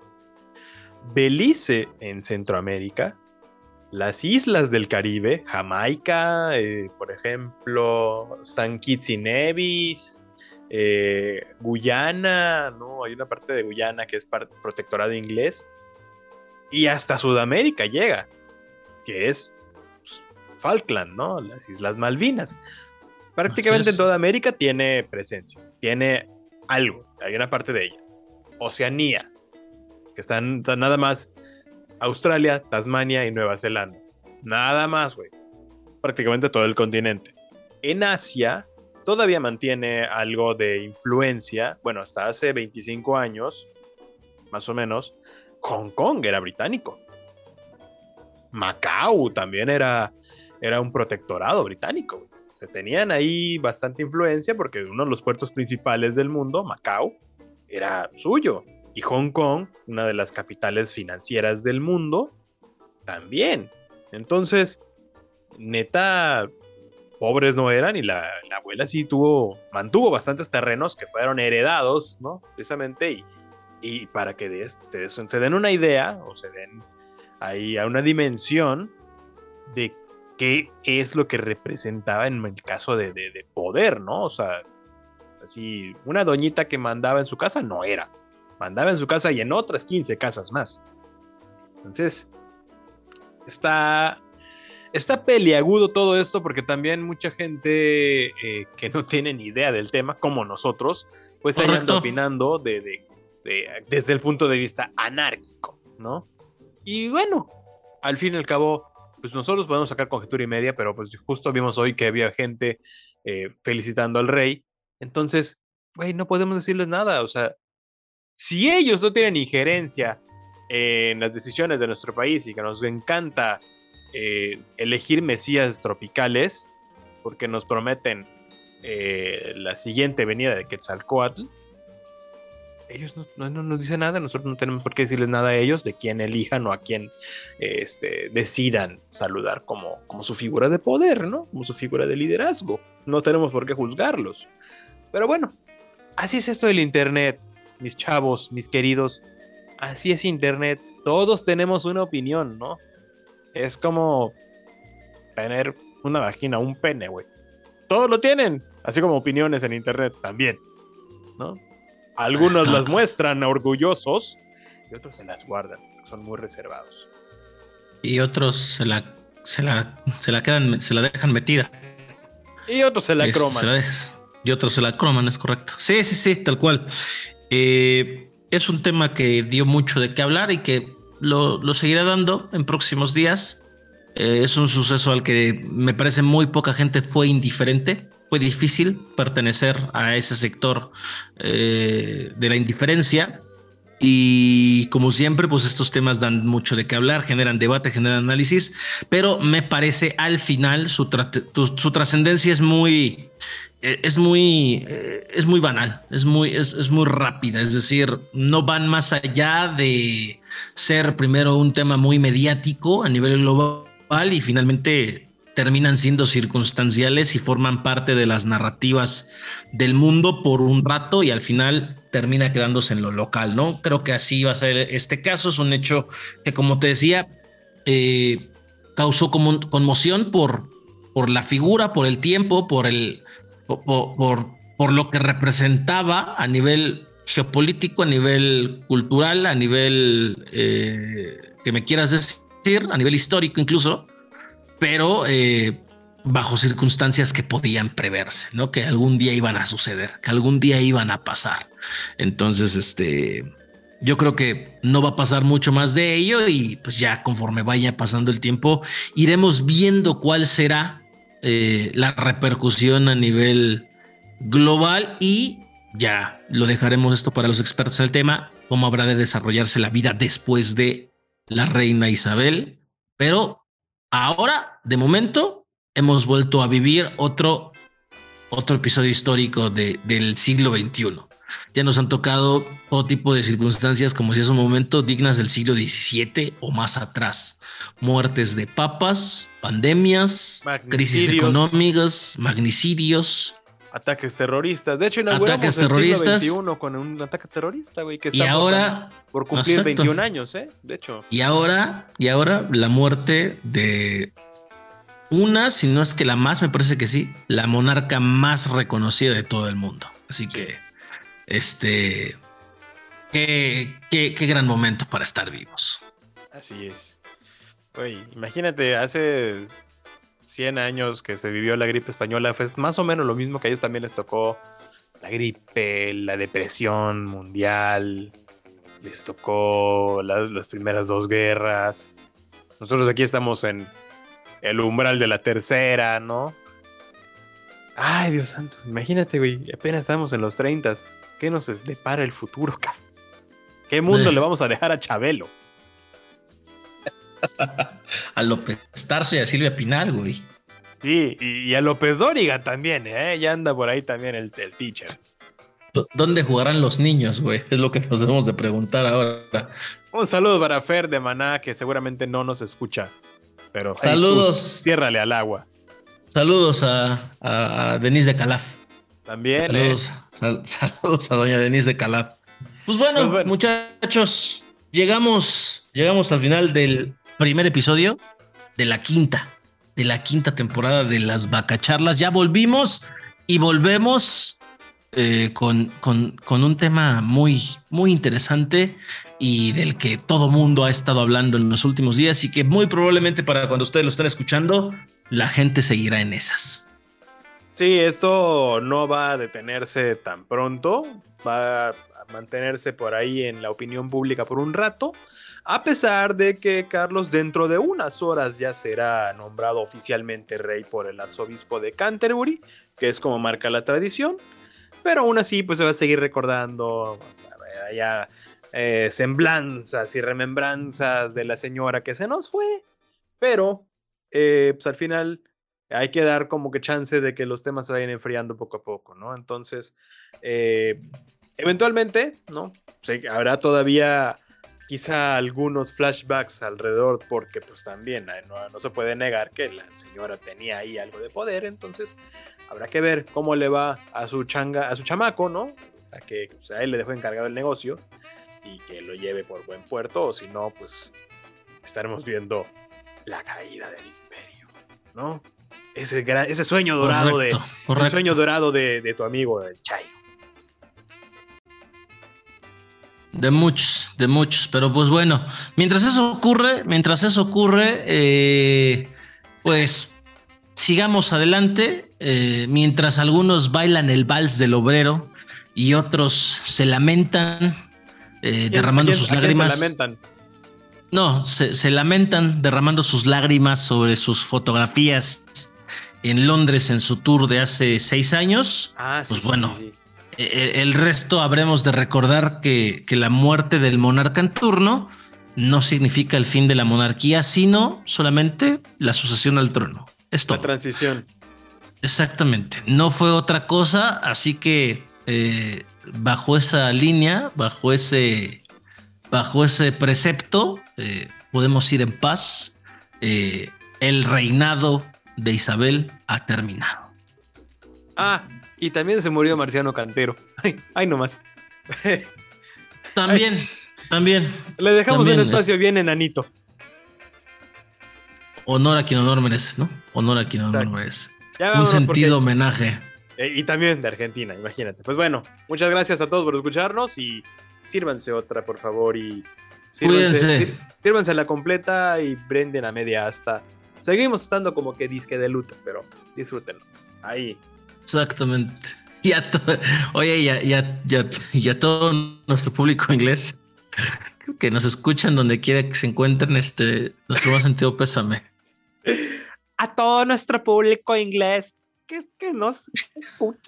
Belice en Centroamérica. Las islas del Caribe, Jamaica, eh, por ejemplo, San Kitts y Nevis, eh, Guyana, ¿no? Hay una parte de Guyana que es parte protectorado inglés. Y hasta Sudamérica llega, que es pues, Falkland, ¿no? Las Islas Malvinas. Prácticamente en toda América tiene presencia, tiene algo, hay una parte de ella. Oceanía, que están, están nada más Australia, Tasmania y Nueva Zelanda. Nada más, güey. Prácticamente todo el continente. En Asia todavía mantiene algo de influencia. Bueno, hasta hace veinticinco años, más o menos, Hong Kong era británico. Macao también era, era un protectorado británico, güey. Se tenían ahí bastante influencia porque uno de los puertos principales del mundo, Macao, era suyo. Y Hong Kong, una de las capitales financieras del mundo, también. Entonces, neta, pobres no eran y la, la abuela sí tuvo, mantuvo bastantes terrenos que fueron heredados, ¿no? Precisamente, y, y para que de, de, se den una idea o se den ahí a una dimensión de qué es lo que representaba en el caso de, de, de poder, ¿no? O sea, así, una doñita que mandaba en su casa no era. Mandaba en su casa y en otras quince casas más. Entonces, está, está peliagudo todo esto porque también mucha gente eh, que no tiene ni idea del tema, como nosotros, pues ahí anda opinando de, de, de, desde el punto de vista anárquico, ¿no? Y bueno, al fin y al cabo, pues nosotros podemos sacar conjetura y media, pero pues justo vimos hoy que había gente eh, felicitando al rey. Entonces, güey, no podemos decirles nada, o sea, si ellos no tienen injerencia en las decisiones de nuestro país y que nos encanta eh, elegir mesías tropicales porque nos prometen eh, la siguiente venida de Quetzalcóatl, ellos no, no, no nos dicen nada, nosotros no tenemos por qué decirles nada a ellos de quién elijan o a quién este, decidan saludar como, como su figura de poder, ¿no? Como su figura de liderazgo. No tenemos por qué juzgarlos. Pero bueno, así es esto del internet. Mis chavos, mis queridos, así es internet, todos tenemos una opinión, ¿no? Es como tener una vagina, un pene, güey. Todos lo tienen, así como opiniones en internet también, ¿no? Algunos las muestran orgullosos y otros se las guardan, son muy reservados. Y otros se la, se la, se la quedan, se la dejan metida. Y otros se la es, croman. Se la y otros se la croman, es correcto. Sí, sí, sí, tal cual. Eh, es un tema que dio mucho de qué hablar y que lo, lo seguirá dando en próximos días. Eh, es un suceso al que me parece muy poca gente fue indiferente. Fue difícil pertenecer a ese sector eh, de la indiferencia. Y como siempre, pues estos temas dan mucho de qué hablar, generan debate, generan análisis, pero me parece al final su, tra- su trascendencia es muy... Es muy, es muy banal, es muy, es, es muy rápida, es decir, no van más allá de ser primero un tema muy mediático a nivel global y finalmente terminan siendo circunstanciales y forman parte de las narrativas del mundo por un rato y al final termina quedándose en lo local, ¿no? Creo que así va a ser este caso, es un hecho que, como te decía, eh, causó como conmoción por, por la figura, por el tiempo, por el... Por, por, por lo que representaba a nivel geopolítico, a nivel cultural, a nivel eh, que me quieras decir, a nivel histórico incluso, pero eh, bajo circunstancias que podían preverse, ¿no? Que algún día iban a suceder, que algún día iban a pasar. Entonces, este, yo creo que no va a pasar mucho más de ello y pues ya conforme vaya pasando el tiempo, iremos viendo cuál será Eh, la repercusión a nivel global y ya lo dejaremos esto para los expertos del tema, cómo habrá de desarrollarse la vida después de la reina Isabel. Pero ahora, de momento, hemos vuelto a vivir otro, otro episodio histórico de, del siglo veintiuno. Ya nos han tocado todo tipo de circunstancias, como si es un momento dignas del siglo diecisiete o más atrás. Muertes de papas, pandemias, crisis económicas, magnicidios, ataques terroristas. De hecho, inauguramos ataques el terroristas. siglo veintiuno con un ataque terrorista, güey, que está y ahora, por cumplir exacto. veintiún años, ¿eh? De hecho. Y ahora, y ahora la muerte de una, si no es que la más, me parece que sí, la monarca más reconocida de todo el mundo. Así sí. que, este, qué, qué, qué gran momento para estar vivos. Así es. Güey, imagínate, hace cien años que se vivió la gripe española, fue más o menos lo mismo que a ellos también les tocó la gripe, la depresión mundial, les tocó las, las primeras dos guerras. Nosotros aquí estamos en el umbral de la tercera, ¿no? Ay, Dios santo, imagínate, güey, apenas estamos en los treintas. ¿Qué nos depara el futuro, cabrón? ¿Qué mundo eh. le vamos a dejar a Chabelo? A López Tarso y a Silvia Pinal, güey. Sí, y, y a López Dóriga también, ¿eh? Ya anda por ahí también el, el teacher. ¿Dónde jugarán los niños, güey? Es lo que nos debemos de preguntar ahora. Un saludo para Fer de Maná, que seguramente no nos escucha. Pero saludos. Hey, pues, ciérrale al agua. Saludos a, a, a Denise de Calaf. También, saludos, eh. sal, saludos a doña Denise de Calaf. Pues bueno, pues bueno, muchachos, llegamos, llegamos al final del primer episodio de la quinta, de la quinta temporada de las Vacacharlas. Ya volvimos y volvemos eh, con, con, con un tema muy, muy interesante y del que todo mundo ha estado hablando en los últimos días y que muy probablemente para cuando ustedes lo estén escuchando, la gente seguirá en esas. Sí, esto no va a detenerse tan pronto, va a mantenerse por ahí en la opinión pública por un rato, a pesar de que Carlos dentro de unas horas ya será nombrado oficialmente rey por el arzobispo de Canterbury, que es como marca la tradición, pero aún así pues se va a seguir recordando, o sea, ya eh, semblanzas y remembranzas de la señora que se nos fue, pero eh, pues al final hay que dar como que chance de que los temas se vayan enfriando poco a poco, ¿no? Entonces, eh, eventualmente, ¿no? Sí, habrá todavía quizá algunos flashbacks alrededor, porque pues también no, no se puede negar que la señora tenía ahí algo de poder, entonces habrá que ver cómo le va a su changa, a su chamaco, ¿no? A que pues, a él le dejó encargado el negocio y que lo lleve por buen puerto, o si no, pues estaremos viendo la caída del imperio, ¿no? Ese, gran, ese sueño dorado correcto, de correcto. El sueño dorado de, de tu amigo el Chayo. De muchos, de muchos, pero pues bueno, mientras eso ocurre, mientras eso ocurre, eh, pues sigamos adelante, eh, mientras algunos bailan el vals del obrero y otros se lamentan, eh, derramando ¿A quién, sus lágrimas. ¿A quién se lamentan? No, se, se lamentan derramando sus lágrimas sobre sus fotografías en Londres en su tour de hace seis años. Ah, sí, pues sí, bueno, sí, sí. El resto habremos de recordar que, que la muerte del monarca en turno no significa el fin de la monarquía, sino solamente la sucesión al trono. Es todo. La transición. Exactamente. No fue otra cosa, así que eh, bajo esa línea, bajo ese, bajo ese precepto, eh, podemos ir en paz. Eh, el reinado de Isabel ha terminado. Ah, y también se murió Marciano Cantero. Ay, ay nomás. También, ay. también. Le dejamos también un espacio es... bien enanito. Honor a quien honor merece, ¿no? Honor a quien honor Exacto. merece. Un sentido porque... homenaje. Eh, y también de Argentina, imagínate. Pues bueno, muchas gracias a todos por escucharnos y sírvanse otra, por favor, y sírvanse, sír, sírvanse la completa y prenden a media asta. Seguimos estando como que disque de luto, pero disfrútenlo. Ahí. Exactamente. Y a to- Oye, ya, ya, ya, ya todo nuestro público inglés que nos escuchan donde quiera que se encuentren, este, nuestro más sentido pésame. A todo nuestro público inglés que, que nos escucha.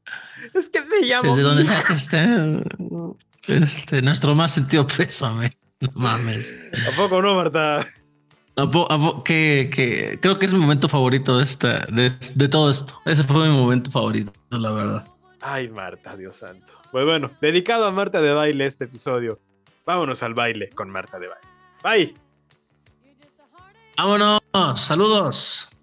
Es que me llamo. Desde donde sea que esté, este, nuestro más sentido pésame. No mames. ¿A poco no, Marta? ¿A po, a po, que, que creo que es mi momento favorito de esta, de, de todo esto. Ese fue mi momento favorito, la verdad. Ay, Marta, Dios santo. Pues bueno, dedicado a Marta de Baile este episodio. Vámonos al baile con Marta de Baile. Bye. Vámonos. Saludos.